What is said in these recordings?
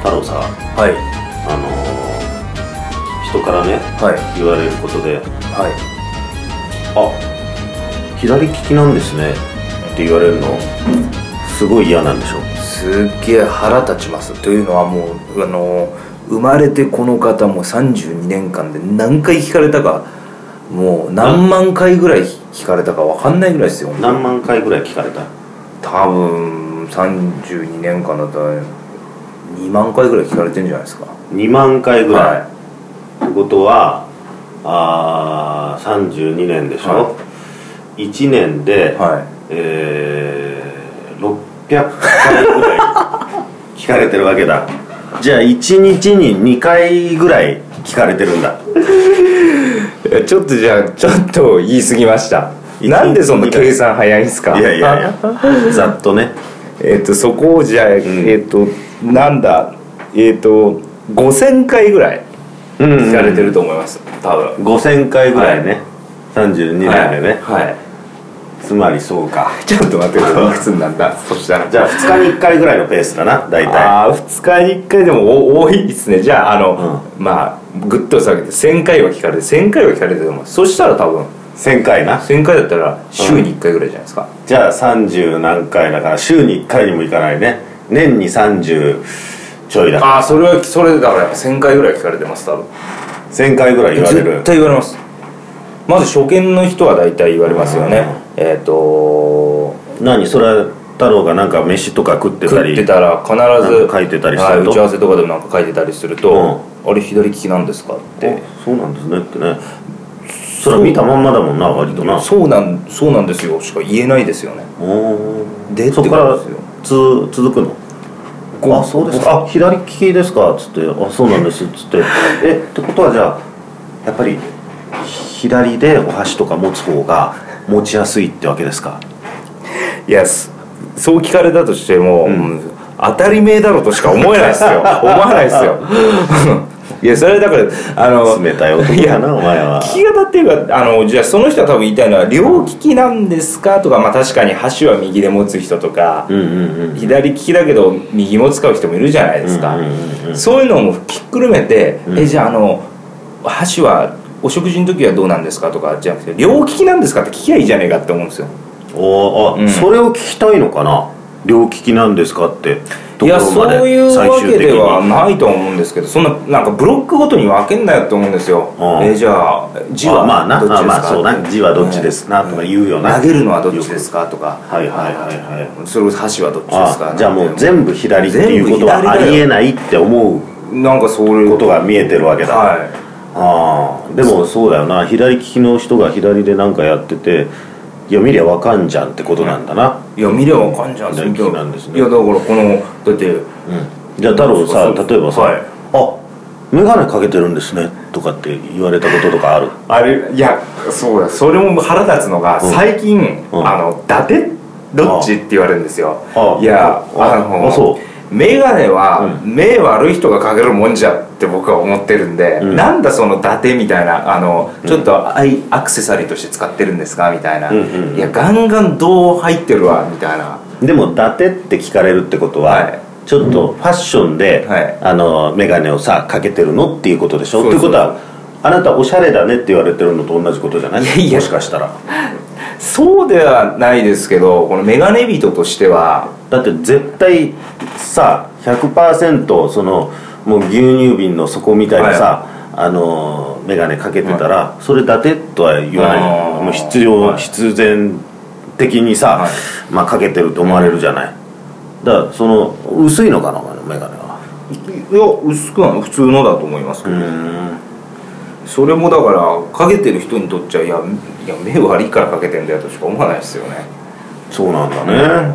太郎さ、 はい人からね、 はい言われることで、 はい左利きなんですねって言われるのすごい嫌なんでしょ。 すっげえ腹立ちます。というのはもう生まれてこの方も32年間で何回聞かれたか、もう何万回ぐらい聞かれたか分かんないぐらいですよ。 何万回ぐらい聞かれた？ 多分32年間だったら2万回ぐらい聞かれてるんじゃないですか。 2万回ぐらい、 はい、 ってことは32年でしょ、はい、1年で、はい、600回ぐらい聞かれてるわけだ。じゃあ1日に2回ぐらい聞かれてるんだ。 ちょっと言い過ぎました。なんでそんな計算早いんですか？ いやざっとねそこをじゃあ、なんだ5000回ぐらい聞かれてると思います、多分 5000回ぐらいね、はい、32年でね、 はい、 つまりそうか。 ちょっと待ってください、いくつになった？そしたらじゃあ2日に1回ぐらいのペースだな、大体。 2日に1回でも多いですね。じゃあまあグッと下げて1000回は聞かれて1000回は聞かれてると思う。そしたら多分 1000回な。 1000回だったら週に1回ぐらいじゃないですか、 じゃあ30何回だから週に1回にもいかないね。年に30ちょいだから。 それだから1000回ぐらい聞かれてます、多分。 1000回ぐらい言われる。 絶対言われます。まず初見の人は大体言われますよね。 何それは太郎がなんか飯とか食ってたり食ってたら必ず書いてたりすると、 打ち合わせとかでもなんか書いてたりすると、あれ左利きなんですかって。 そうなんですねってね。それは見たまんまだもんな、割とな。 そうなんですよしか言えないですよね。 でそこから続くの？そうですか。左利きですかっつって、そうなんですっつってってことはじゃあやっぱり左でお箸とか持つ方が持ちやすいってわけですか？ いや、そう聞かれたとしても、当たり前だろうとしか思えないですよ。思わないですよ。いや、それだから冷たい男だなお前は。 聞き方っていうかじゃあその人は多分言いたいのは両利きなんですかとか、まあ確かに箸は右で持つ人とか、左利きだけど右も使う人もいるじゃないですか。そういうのもひっくるめて、じゃあ箸はお食事の時はどうなんですかとかじゃなくて両利きなんですかって聞きゃいいじゃねえかって思うんですよ。 それを聞きたいのかな、両利きなんですかってところまで。 いや、そういうわけではないと思うんですけど、そんななんかブロックごとに分けんなよって思うんですよ。じゃあ字はどっちですか、 そうな、字はどっちですなとか言うよな。 投げるのはどっちですかとか、それ箸はどっちですか。 じゃあもう全部左っていうことはありえないって思う、 なんかそういうことが見えてるわけだ。でもそうだよな、左利きの人が左で何かやってて、いや見りゃわかんじゃんってことなんだな。 いや見りゃわかんじゃん。 左利きなんですね。 いやだからだってじゃあ太郎さ、例えばさ、眼鏡かけてるんですねとかって言われたこととかある？ いや、そうだ、それも腹立つのが、最近伊達どっちって言われるんですよ。いや、眼鏡は目悪い人がかけるもんじゃって僕は思ってるんで、なんだその伊達みたいなちょっとアクセサリーとして使ってるんですかみたいな、いやガンガン銅入ってるわみたいな。でも伊達って聞かれるってことは、ちょっとファッションで眼鏡をさかけてるのっていうことでしょ。っていうことはあなたおしゃれだねって言われてるのと同じことじゃない？もしかしたらそうではないですけど、この眼鏡人としてはだって絶対さ 100% そのもう牛乳瓶の底みたいなさ、眼鏡かけてたら、それ伊達とは言わない。もう必然的にさ、まあかけてると思われるじゃない。だからその薄いのかな、眼鏡は。 いや、薄くは普通のだと思いますけど。それもだからかけてる人にとっちゃいや目悪いからかけてんだよとしか思わないですよね。 そうなんだね。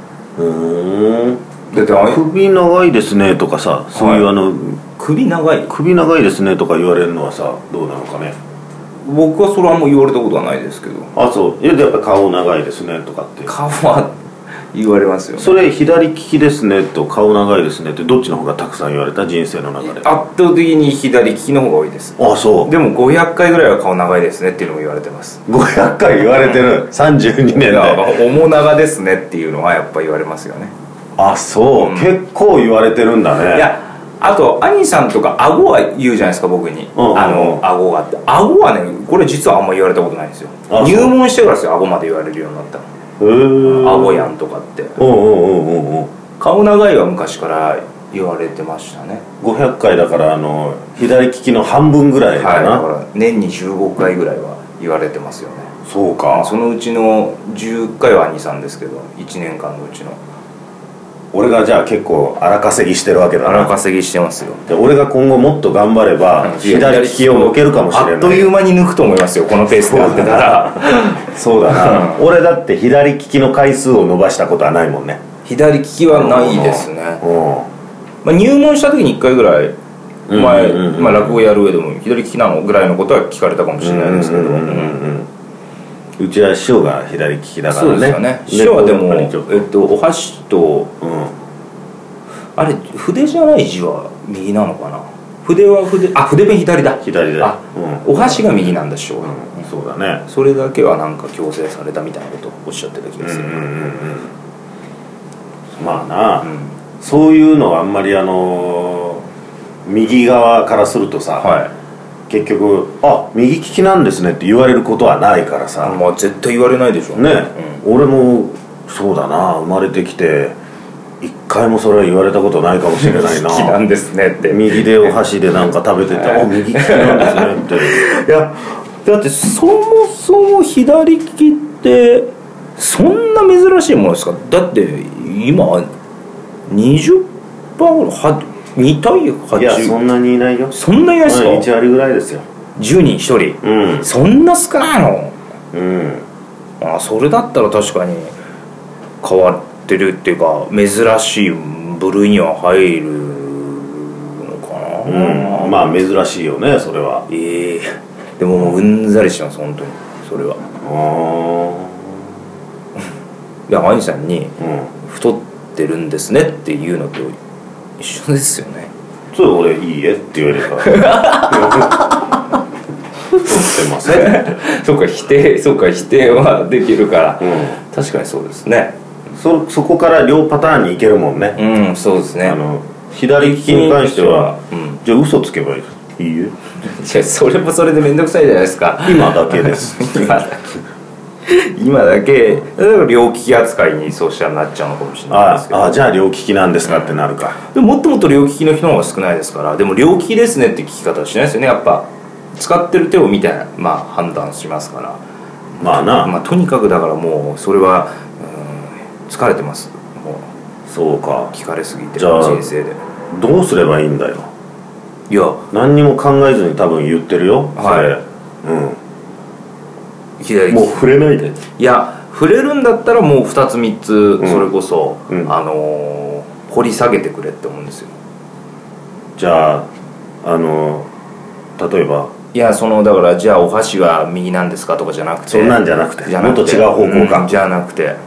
だって首長いですねとかさ、そういう首長いですねとか言われるのはさ、どうなのかね。 僕はそれはもう言われたことはないですけど。 そう。やっぱ顔長いですねとかって。 顔は言われますよね。 それ左利きですねと顔長いですねってどっちの方がたくさん言われた？人生の中で。圧倒的に左利きの方が多いです。 そう。 でも500回ぐらいは顔長いですねっていうのも言われてます。 500回言われてる。32年で。 面長ですねっていうのはやっぱ言われますよね。 そう、結構言われてるんだね。 いやあと兄さんとか顎は言うじゃないですか僕に、顎があって、顎はねこれ実はあんま言われたことないんですよ。入門してからですよ顎まで言われるようになったの。顎やんとかって。顔長いは昔から言われてましたね。 500回だから左利きの半分ぐらいかな、 だから年に15回ぐらいは言われてますよね。 そうか。 そのうちの10回は兄さんですけど、1年間のうちの。 俺がじゃあ結構荒稼ぎしてるわけだな。 荒稼ぎしてますよ。 で俺が今後もっと頑張れば左利きを抜けるかもしれない。 あっという間に抜くと思いますよこのペースでやってたら。 そうだな俺だって左利きの回数を伸ばしたことはないもんね。 左利きはないですね。まあ、入門した時に1回ぐらい前、落語やる上でも左利きなのぐらいのことは聞かれたかもしれないですけど、 うちは師匠が左利きだからね。 そうですよね。師匠はでもお箸と、あれ筆じゃない字は右なのかな。筆ペン左だ。 左だ。 お箸が右なんだ師匠。 そうだね。 それだけはなんか強制されたみたいなことをおっしゃってた気がする。 まあな、そういうのはあんまり右側からするとさ、結局右利きなんですねって言われることはないからさ。 まあ絶対言われないでしょうね。俺もそうだな、生まれてきて一回もそれは言われたことないかもしれないな。 右利きなんですねって。 右でお箸でなんか食べてて右利きなんですねって。 いやだってそもそも左利きってそんな珍しいものですか。だって今 20% ぐらい2対8。 いやそんなにいないよ。 そんなにいないですか。 1割ぐらいですよ。 10人1人、そんな少ないの。それだったら確かに変わってるっていうか珍しい部類には入るのかな。 まあ珍しいよねそれは。 でももううんざりします本当にそれは。いや兄さんに、太ってるんですねっていうのと一緒ですよね。 そう俺いいえって言われた太ってませんって。 そうか否定はできるから、確かにそうですね。 そこから両パターンにいけるもんね。 そうですね。 左利きに関しては、じゃあ嘘つけばいいえ。 じゃあそれもそれで面倒くさいじゃないですか。 今だけです今だけだから両利き扱いにそうしたらなっちゃうのかもしれないですけど。 じゃあ両利きなんですかってなるか。 でももっともっと両利きの人の方が少ないですから。でも両利きですねって聞き方はしないですよね。やっぱ使ってる手を見て判断しますから。とにかくだからもうそれは疲れてます。もうそうか。 聞かれすぎてじゃあ人生でどうすればいいんだよ。 いや何にも考えずに多分言ってるよそれ。 左利きもう触れないで。 いや触れるんだったらもう2つ3つそれこそ、掘り下げてくれって思うんですよ。 じゃあ例えばいやだからじゃあお箸は右なんですかとかじゃなくて。 そんなんじゃなくてもっと違う方向か。 じゃなくて、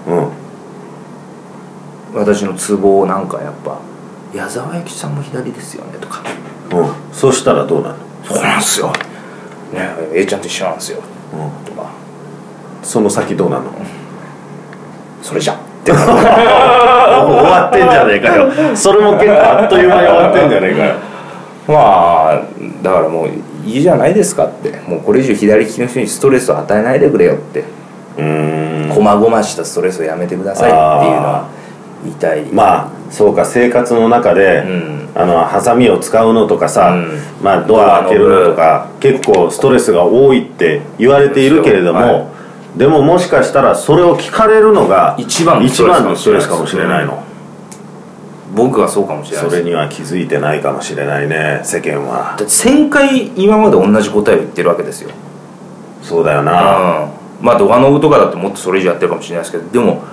私のツボをなんかやっぱ矢沢永吉さんも左ですよねとか。 そしたらどうなるの。 そうなんですよね、A ちゃんと一緒なんですよ、とか。 その先どうなるの。 それじゃ終わってんじゃねえかよ。それも結構あっという間に終わってんじゃねえかよ。 だからもういいじゃないですかって。もうこれ以上左利きの人にストレスを与えないでくれよって。こまごましたストレスをやめてくださいっていうのは言いたい。 そうか。生活の中で、ハサミを使うのとかさ、ドア開けるのとか結構ストレスが多いって言われているけれども、でももしかしたらそれを聞かれるのが一番のストレスかもしれないの。 僕はそうかもしれないです。 それには気づいてないかもしれないね世間は。 だって1000回今まで同じ答えを言ってるわけですよ。 そうだよな。 ドアノブとかだってもっとそれ以上やってるかもしれないですけど、でも、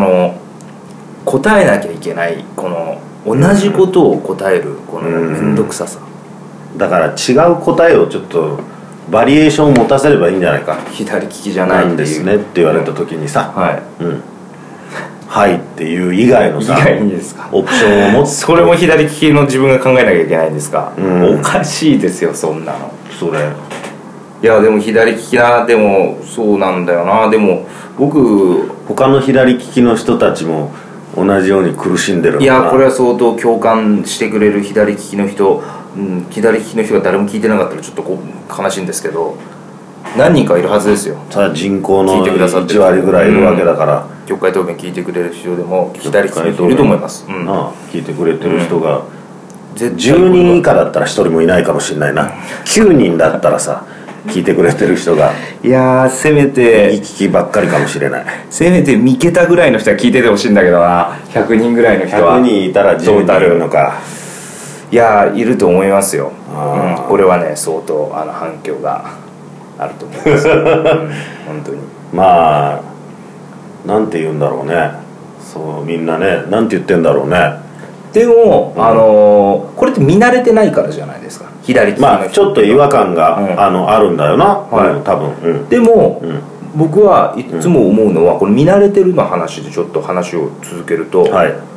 答えなきゃいけないこの同じことを答えるこの面倒くささ。だから違う答えをちょっとバリエーションを持たせればいいんじゃないか。 左利きじゃないっていう。 なんですねって言われた時にさ、はいっていう以外のさオプションを持つ。 それも左利きの自分が考えなきゃいけないんですか。おかしいですよそんなの。 それいやでも左利きな。でもそうなんだよな。でも僕他の左利きの人たちも同じように苦しんでるのかな。 いやこれは相当共感してくれる左利きの人、左利きの人が誰も聞いてなかったらちょっと悲しいんですけど、何人かいるはずですよ。 さあ人口の1割ぐらいいるわけだから、 曲会答弁聞いてくれる人でも左利きの人いると思います、 聞いてくれてる人が、10人以下だったら1人もいないかもしれないな。9人だったらさ聞いてくれてる人が、 いやーせめて右利きばっかりかもしれない。 せめて3桁ぐらいの人は聞いててほしいんだけどな。100人ぐらいの人は 100人いたら10人いるのか。 いやいると思いますよ。これはね相当反響があると思います、本当に。 まあなんて言うんだろうね。そうみんなねなんて言ってんだろうね。 でも、これって見慣れてないからじゃないですか、左利きの人。 まあちょっと違和感が、あるんだよな、多分、 でも、僕はいつも思うのは、これ見慣れてるの話でちょっと話を続けると、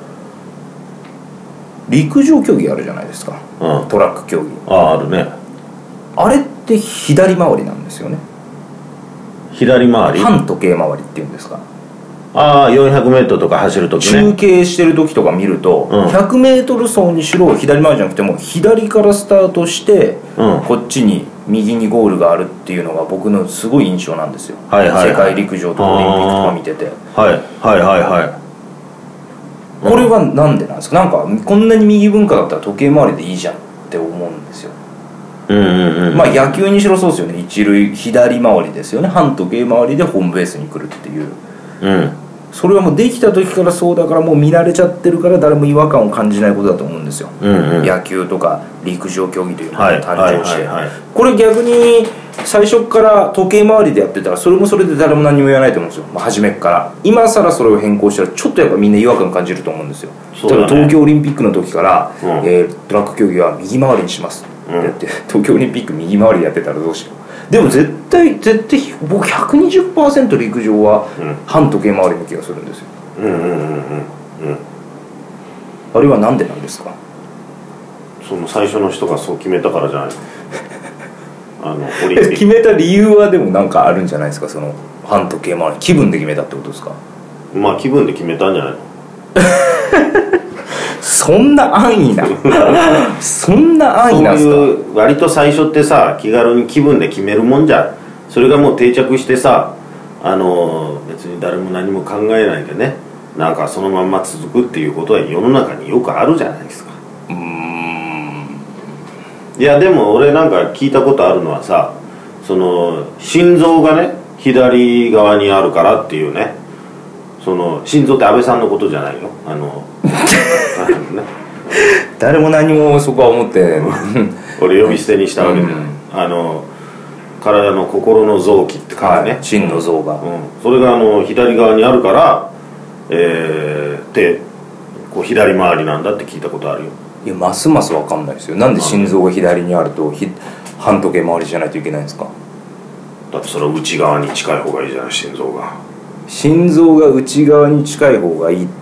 陸上競技あるじゃないですか、トラック競技。 あるね。 あれって左回りなんですよね。 左回り、 反時計回りっていうんですか。 400m とか走るときね、 中継してる時とか見ると、100m 走にしろ左回りじゃなくても左からスタートして、こっちに右にゴールがあるっていうのが僕のすごい印象なんですよ、世界陸上とかオリンピックとか見てて。これはなんでなんですか。なんかこんなに右文化だったら時計回りでいいじゃんって思うんですよ。まあ野球にしろそうですよね。一塁左回りですよね。反時計回りでホームベースに来るっていう、それはもうできた時からそうだから、もう見られちゃってるから誰も違和感を感じないことだと思うんですよ、野球とか陸上競技というのが誕生して、これ逆に最初から時計回りでやってたらそれもそれで誰も何も言わないと思うんですよ、初めから。今更それを変更したらちょっとやっぱみんな違和感感じると思うんですよ。例えば東京オリンピックの時から、トラック競技は右回りにしますってやって、東京オリンピック右回りでやってたらどうしよう。でも絶対僕 120% 陸上は反時計回りの気がするんですよ。あれはなんでなんですか。 その最初の人がそう決めたからじゃないの。オリンピック決めた理由はでもなんかあるんじゃないですか。その反時計回り気分で決めたってことですか。 まあ気分で決めたんじゃないの。 そんな安易なそんな安易なんですか。 そういう割と最初ってさ気軽に気分で決めるもんじゃん。それがもう定着してさ、別に誰も何も考えないでね、なんかそのまんま続くっていうことは世の中によくあるじゃないですか。いやでも俺なんか聞いたことあるのはさ、その心臓がね左側にあるからっていうね、その心臓って安倍さんのことじゃないよ、 誰も何もそこは思って俺呼び捨てにしたわけで、体の心の臓器って感じね、 心の臓が、 それが左側にあるから、でこう左回りなんだって聞いたことあるよ。 いやますます分かんないですよ。なんで心臓が左にあると反時計回りじゃないといけないんですか。 だってそれは内側に近い方がいいじゃない。心臓が内側に近い方がいい、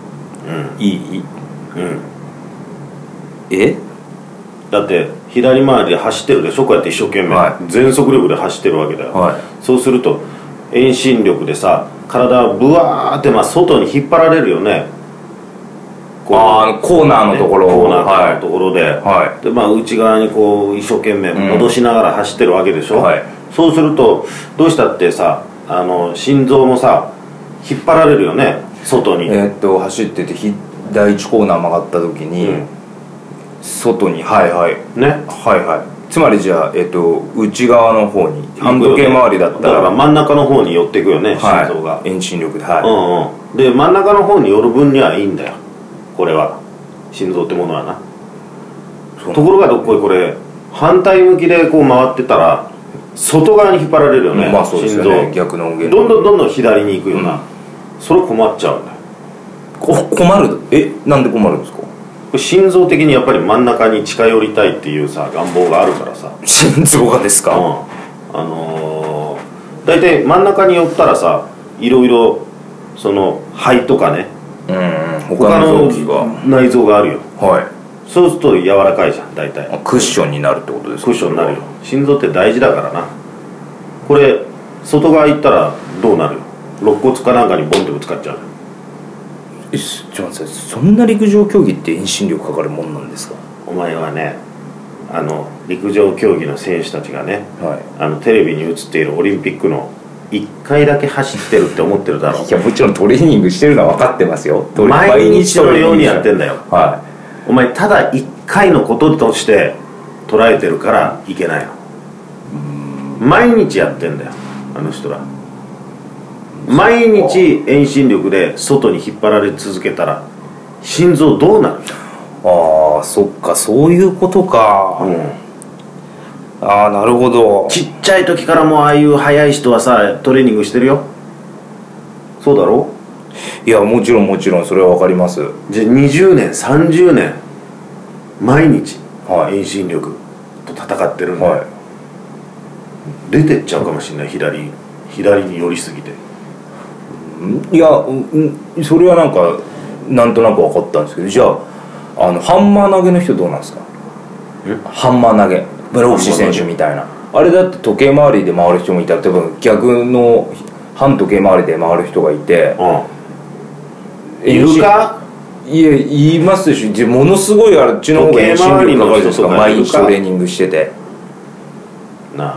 だって左回りで走ってるでしょ、こうやって一生懸命、全速力で走ってるわけだよ、そうすると遠心力でさ体はブワーって外に引っ張られるよね。 コーナーのところ、 コーナーのところで、で内側にこう一生懸命戻しながら走ってるわけでしょ、そうするとどうしたってさ心臓もさ引っ張られるよね外に。 走ってて第一コーナー曲がった時に、外につまりじゃあ、内側の方に反時計回りだったら、 だから真ん中の方に寄っていくよね、心臓が遠心力で、 で真ん中の方に寄る分にはいいんだよ、これは心臓ってものはな。ところがどっこいこれ反対向きでこう回ってたら外側に引っ張られるよね、 そうですよね、逆の音源どんどん左に行くような、それ困っちゃうんだよ。 困る。なんで困るんですか。 これ心臓的にやっぱり真ん中に近寄りたいっていうさ願望があるからさ。 心臓がですか。 大体真ん中に寄ったらさいろいろその肺とかね、他の内臓があるよ、そうすると柔らかいじゃん大体。 クッションになるってことですか。 クッションになるよ。心臓って大事だからな。これ外側行ったらどうなるよ。肋骨かなんかにボンってぶつかっちゃう。 ちょっと待って、そんな陸上競技って遠心力かかるもんなんですか？ お前はね、陸上競技の選手たちがね、 はい、 テレビに映っているオリンピックの1回だけ走ってるって思ってるだろう。 いやもちろんトレーニングしてるのは分かってますよ。 毎日のようにやってんだよ、 はい、 お前ただ1回のこととして捉えてるからいけないの。毎日やってんだよあの人ら。毎日遠心力で外に引っ張られ続けたら心臓どうなる？ ああそっか、そういうことか。ああなるほど。 ちっちゃい時からもうああいう速い人はさトレーニングしてるよ。そうだろ？ いやもちろんもちろんそれは分かります。 じゃあ20年30年毎日遠心力と戦ってるんだよ、はい、出てっちゃうかもしれない。左に寄りすぎて。 いや、それはなんとなく分かったんですけど、じゃあハンマー投げの人どうなんですか？ハンマー投げ室伏選手みたいな、あれだって時計回りで回る人もいたら、多分逆の反時計回りで回る人がいて、 いるか？ いや言いますし、ものすごいあっちの方が遠心力かかるんですか？毎日トレーニングしててな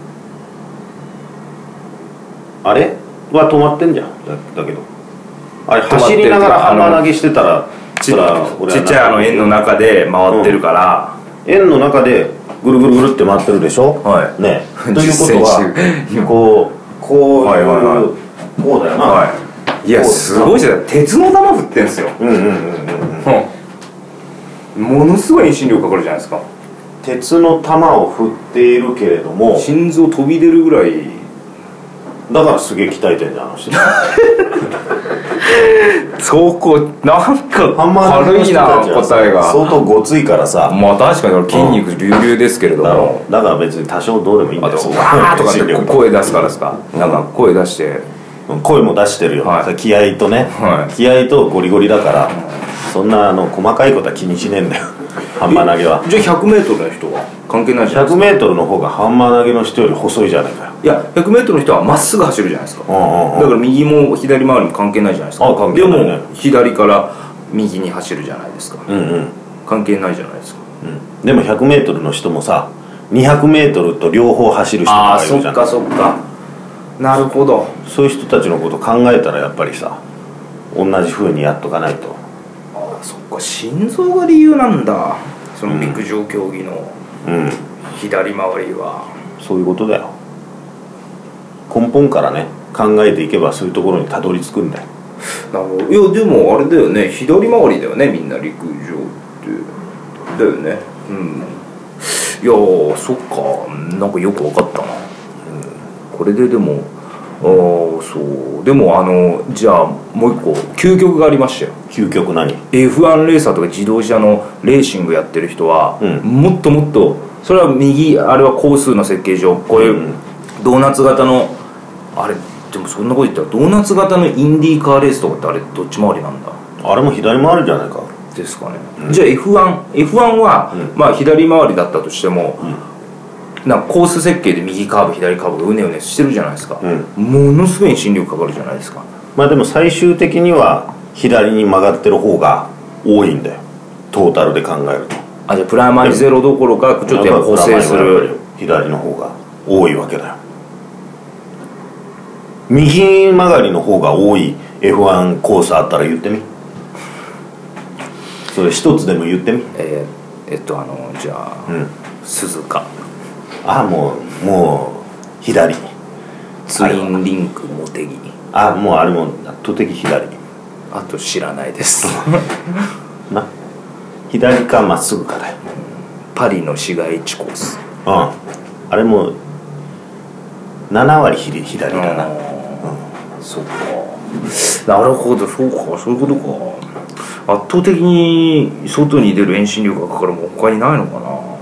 あれは止まってんじゃん。だけどあれ走りながらハンマー投げしてたらちっちゃい円の中で回ってるから、 円の中でぐるぐるぐるって回ってるでしょ、はいね、ということはこうだよな、 はい、いやすごいじゃん。鉄の玉振ってんすよ。ものすごい遠心力かかるじゃないですか。 鉄の玉を振っているけれども心臓飛び出るぐらいだからすげえ鍛えてんじゃんあの人。 そうこうなんか軽いな答えが。 相当ごついからさ。 まあ確かに筋肉隆々ですけれども、 だから別に多少どうでもいいんだよ。 わーとかって声出すからですか？なんか声出して声も出してるよ、はい、気合とね、はい、気合とゴリゴリだから、そんな細かいことは気にしねえんだよハンマー投げは。 じゃあ 100m の人は関係ないじゃないですか。 100m の方がハンマー投げの人より細いじゃないかよ。 いや 100m の人はまっすぐ走るじゃないですか。だから右も左回りも関係ないじゃないですか。 関係ないね。 でも左から右に走るじゃないですか。関係ないじゃないですか。 でも 100m の人もさ 200m と両方走る人がいるじゃん。 そっかそっか、なるほど。 そういう人たちのこと考えたらやっぱりさ同じ風にやっとかないと。 そっか、心臓が理由なんだ、その陸上競技の左回りは。 そういうことだよ。根本からね考えていけばそういうところにたどり着くんだよ。 なるほど。いやでもあれだよね、左回りだよねみんな陸上ってだよね。いやそっか、なんかよく分かったな、これで。でもそうでもじゃあもう一個究極がありましたよ。 究極何？ F1 レーサーとか自動車のレーシングやってる人は、もっともっとそれはあれはコースの設計上こういうドーナツ型のあれ、でもそんなこと言ったらドーナツ型のインディーカーレースとかってあれどっち回りなんだ？ あれも左回りじゃないかですかね。じゃあ F1 は、まあ左回りだったとしても、なんかコース設計で右カーブ左カーブがうねうねしてるじゃないですか、ものすごい遠心力かかるじゃないですか。 まあでも最終的には左に曲がってる方が多いんだよトータルで考えると。 じゃあプラマイゼロどころかちょっとやっぱ補正する左の方が多いわけだよ。右曲がりの方が多い F1 コースあったら言ってみ。それ一つでも言ってみ。 じゃあ、鈴鹿。 もう左。 ツインリンク茂木。 もうあれも圧倒的左。 あと知らないですな、左かまっすぐかだよ。 パリの市街地コース。 あれも7割左だな。 そうか、なるほど、そうか、そういうことか。圧倒的に外に出る遠心力がかかるもん他にないのか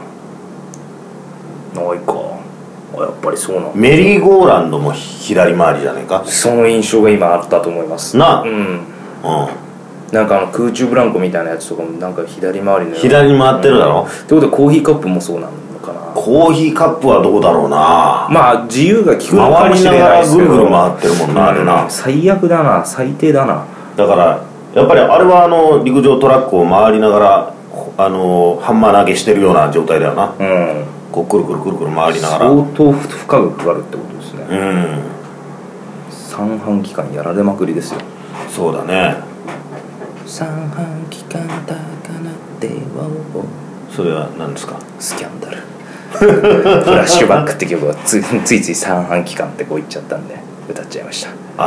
な。ないか、やっぱりそうなんだ。 メリーゴーランドも左回りじゃないか。 その印象が今あったと思いますな。 なんか空中ブランコみたいなやつとかもなんか左回りの左に回ってるだろ。 ってことはコーヒーカップもそうなのかな。 コーヒーカップはどうだろうな。 まあ自由が利くのかもしれないですけど、 回りながらぐるぐる回ってるもんな、あれな。 最悪だな、最低だな。 だからやっぱりあれは陸上トラックを回りながらハンマー投げしてるような状態だよな。こうくるくるくるくる回りながら相当負荷がかかるってことですね。三半規管やられまくりですよ。 そうだね。 三半規管高鳴ってそれは何ですか？ スキャンダルフラッシュバックって曲はついつい三半規管ってこう言っちゃったんで歌っちゃいました。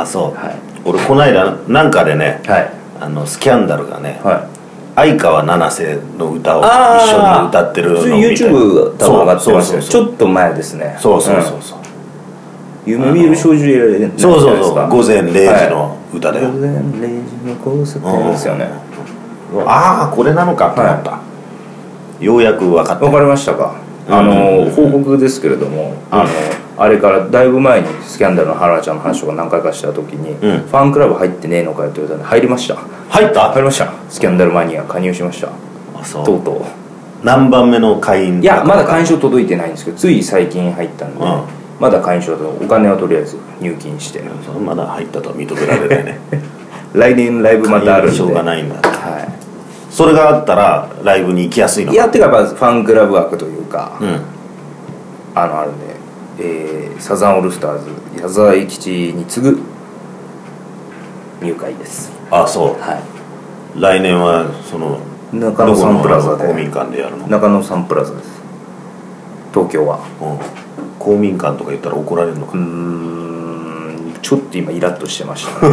あ、そう、俺この間なんかでね、スキャンダルがね、相川七瀬の歌を一緒に歌ってるのを見て、 YouTube 多分上がってますよ。ちょっと前ですね。 そう夢見る少女やられるんですか。 そう午前0時の歌だよ。 午前0時の交差点ですよね。 ああこれなのかと思った、ようやく分かった。 分かりましたか。報告ですけれども、あれからだいぶ前にスキャンダルの花ちゃんの話とか何回かした時に、ファンクラブ入ってねえのかよって言われたんで入りました。入りました。スキャンダルマニア加入しました。とうとう。 何番目の会員？ いやまだ会員証届いてないんですけど、つい最近入ったんで、まだ会員証だとお金はとりあえず入金して、 まだ入ったとは認められないね来年ライブまたあるんで、 しょうがないんだ。それがあったらライブに行きやすいの？ いやっていうかやっぱファンクラブ枠というか、あるんで、サザンオールスターズ矢沢永吉に次ぐ入会です。 あ、そう、来年はその中野サンプラザで、 公民館でやるの？ 中野サンプラザです、東京は。 公民館とか言ったら怒られるのかな？ ちょっと今イラッとしてましたね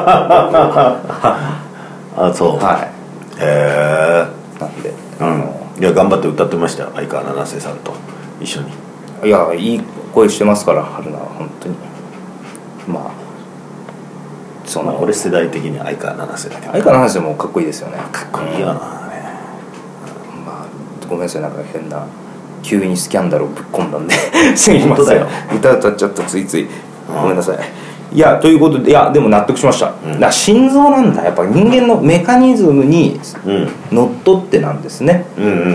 あ、そう。へえ。なんでいや頑張って歌ってましたよ、相川七瀬さんと一緒に。 いやいい声してますから春菜は本当に。まあ俺世代的に相川七瀬だけど、 相川七瀬もかっこいいですよね。 かっこいいよな、 まあごめんなさい、なんか変な急にスキャンダルをぶっ込んだんですいません、歌歌っちゃったついつい、ごめんなさい。いやということで、いやでも納得しました、だ心臓なんだ、やっぱ人間のメカニズムにのっとってなんですね。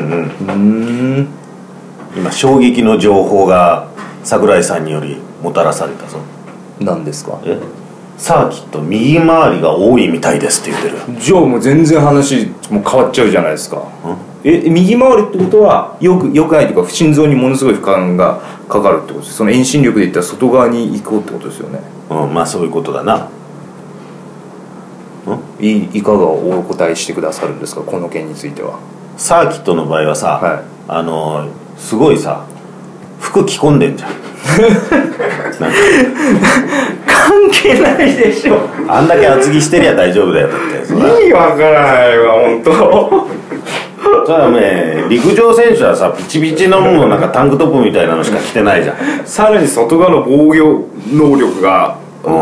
今衝撃の情報が櫻井さんによりもたらされたぞ。 何ですか？ サーキット右回りが多いみたいですって言ってる。 じゃあもう全然話もう変わっちゃうじゃないですか。右回りってことはよくないというか、心臓にものすごい負荷がかかるってことです。その遠心力でいったら外側に行こうってことですよね。 まあそういうことだな。 いかがお答えしてくださるんですか、この件については。 サーキットの場合はさ、すごいさ服着込んでんじゃんなんか関係ないでしょ。 あんだけ厚着してりゃ大丈夫だよ。だって意味わからないわ本当。 それはね、陸上選手はさピチピチのもうなんかタンクトップみたいなのしか着てないじゃんさらに外側の防御能力が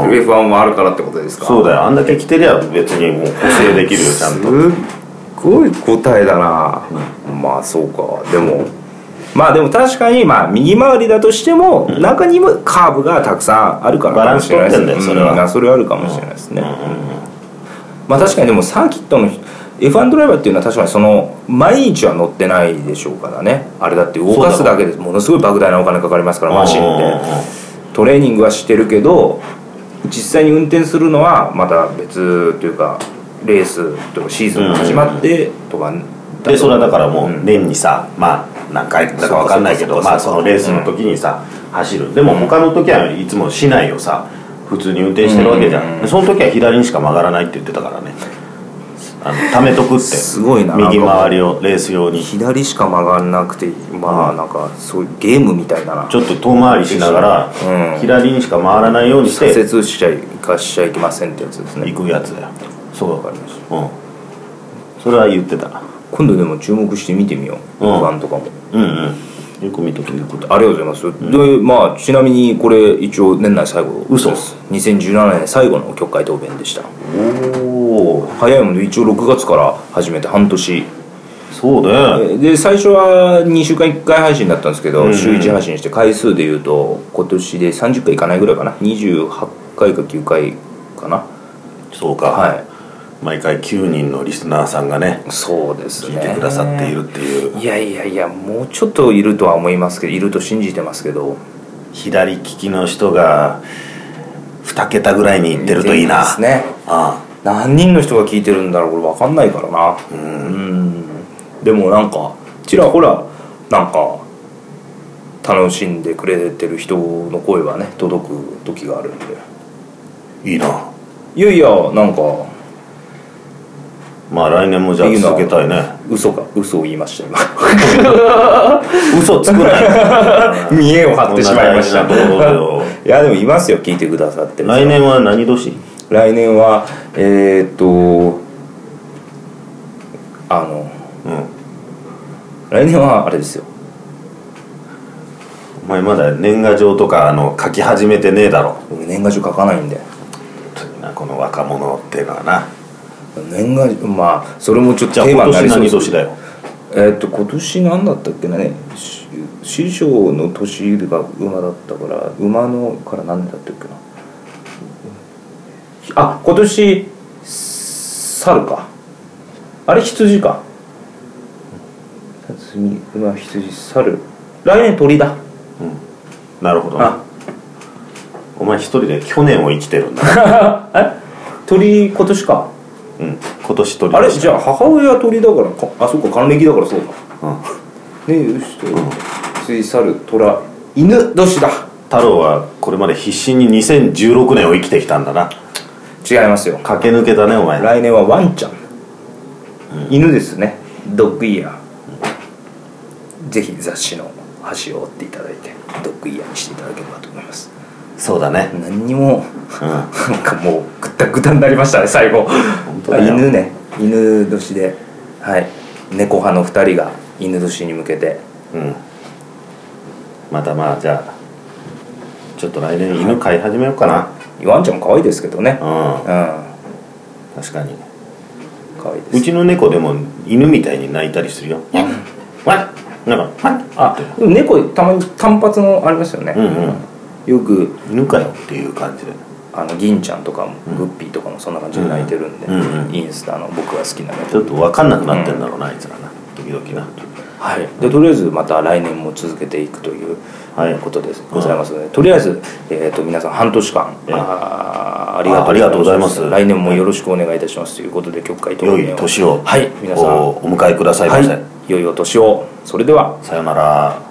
F1 もあるからってことですか？ そうだよ、あんだけ着てりゃ別にもう補正できるよちゃんと。 すっごい答えだな、まあそうか。でも確かに右回りだとしても、中にもカーブがたくさんあるからかもしれないですね。バランス取ってんだよそれは。それはあるかもしれないですね。まあ確かにでもサーキットのF1 ドライバーっていうのは確かにその毎日は乗ってないでしょうからね。あれだって動かすだけでものすごい莫大なお金かかりますから、マシンでトレーニングはしてるけど実際に運転するのはまた別というか、レースとかシーズンが始まってとかで、それはだからもう年にさ、まあ何回だか分かんないけど、まあそのレースの時にさ走る。でも他の時はいつも市内をさ普通に運転してるわけじゃん。その時は左にしか曲がらないって言ってたからね。貯めとくって。すごいな。右回りをレース用に左しか曲がんなくて、まあなんかそういうゲームみたいだな。 ちょっと遠回りしながら、左にしか回らないようにして左折しちゃいけませんってやつですね。 行くやつだよ。 そうわかりました。 それは言ってたな。 今度でも注目して見てみよう。F1とかも。 よく見ときに。 ありがとうございます。でまあちなみにこれ一応年内最後。 嘘。 2017年最後の曲会答弁でした。 おお。 早いもんで一応6月から始めて半年。 そうね。 で最初は2週間1回配信だったんですけど、週1配信して回数でいうと今年で30回いかないぐらいかな。28回か9回かな。 そうか。はい。毎回9人のリスナーさんがね、 そうですね、 聞いてくださっているっていう。 いやもうちょっといるとは思いますけど、いると信じてますけど、 左利きの人が2桁ぐらいにいってるといいな。 ですね。 何人の人が聞いてるんだろう、これ分かんないからな。でもなんかちらほらなんか楽しんでくれてる人の声はね届く時があるんでいいな。 いやいや、なんかまあ来年もじゃあ続けたいね。 嘘を言いました今嘘つくなよ見栄を張ってしまいましたいやでもいますよ、聞いてくださってる。 来年は何年？ 来年は来年はあれですよ。 お前まだ年賀状とか書き始めてねえだろ。 年賀状書かないんで。 この若者っていうのはな。 年賀状、まあそれもちょっとテーマになりそうです。 今年何年だよ。 今年何だったっけね。師匠の年が馬だったから、馬のから何年だったっけな。あ、今年猿か。あれ羊か。馬、羊、猿。来年鳥だ。 なるほど。お前一人で去年を生きてるんだ鳥今年か。 今年鳥。 あれじゃあ母親は鳥だからあ、そっか、還暦だからそうか。ねえ、よしと羊、猿、虎、犬年だ。 太郎はこれまで必死に2016年を生きてきたんだな。 違いますよ。 駆け抜けたねお前。 来年はワンちゃん、犬ですね。ドッグイヤー。ぜひ雑誌の端を折っていただいてドッグイヤーにしていただければと思います。 そうだね。 何にも、なんかもうグッタグタになりましたね最後。 本当だよ。 犬ね、犬年で、はい、猫派の2人が犬年に向けて、 またまあじゃあちょっと来年犬飼い始めようかな。 ワンちゃんも可愛いですけどね。 確かに可愛いです。 うちの猫でも犬みたいに鳴いたりするよ。わっなんかでも猫たまに単発のありますよね。よく犬かよっていう感じで、 銀ちゃんとかもグッピーとかもそんな感じで鳴いてるんで、インスタの僕が好きなのちょっと分かんなくなってんだろうな、あいつらな、時々な。 はい、でとりあえずまた来年も続けていくということでございますので、とりあえず、皆さん半年間、ありがとうございます。来年もよろしくお願いいたしますということで、曲会と良い年を、 はい、皆さんお迎えくださいませ。 良いお年を。それではさよなら。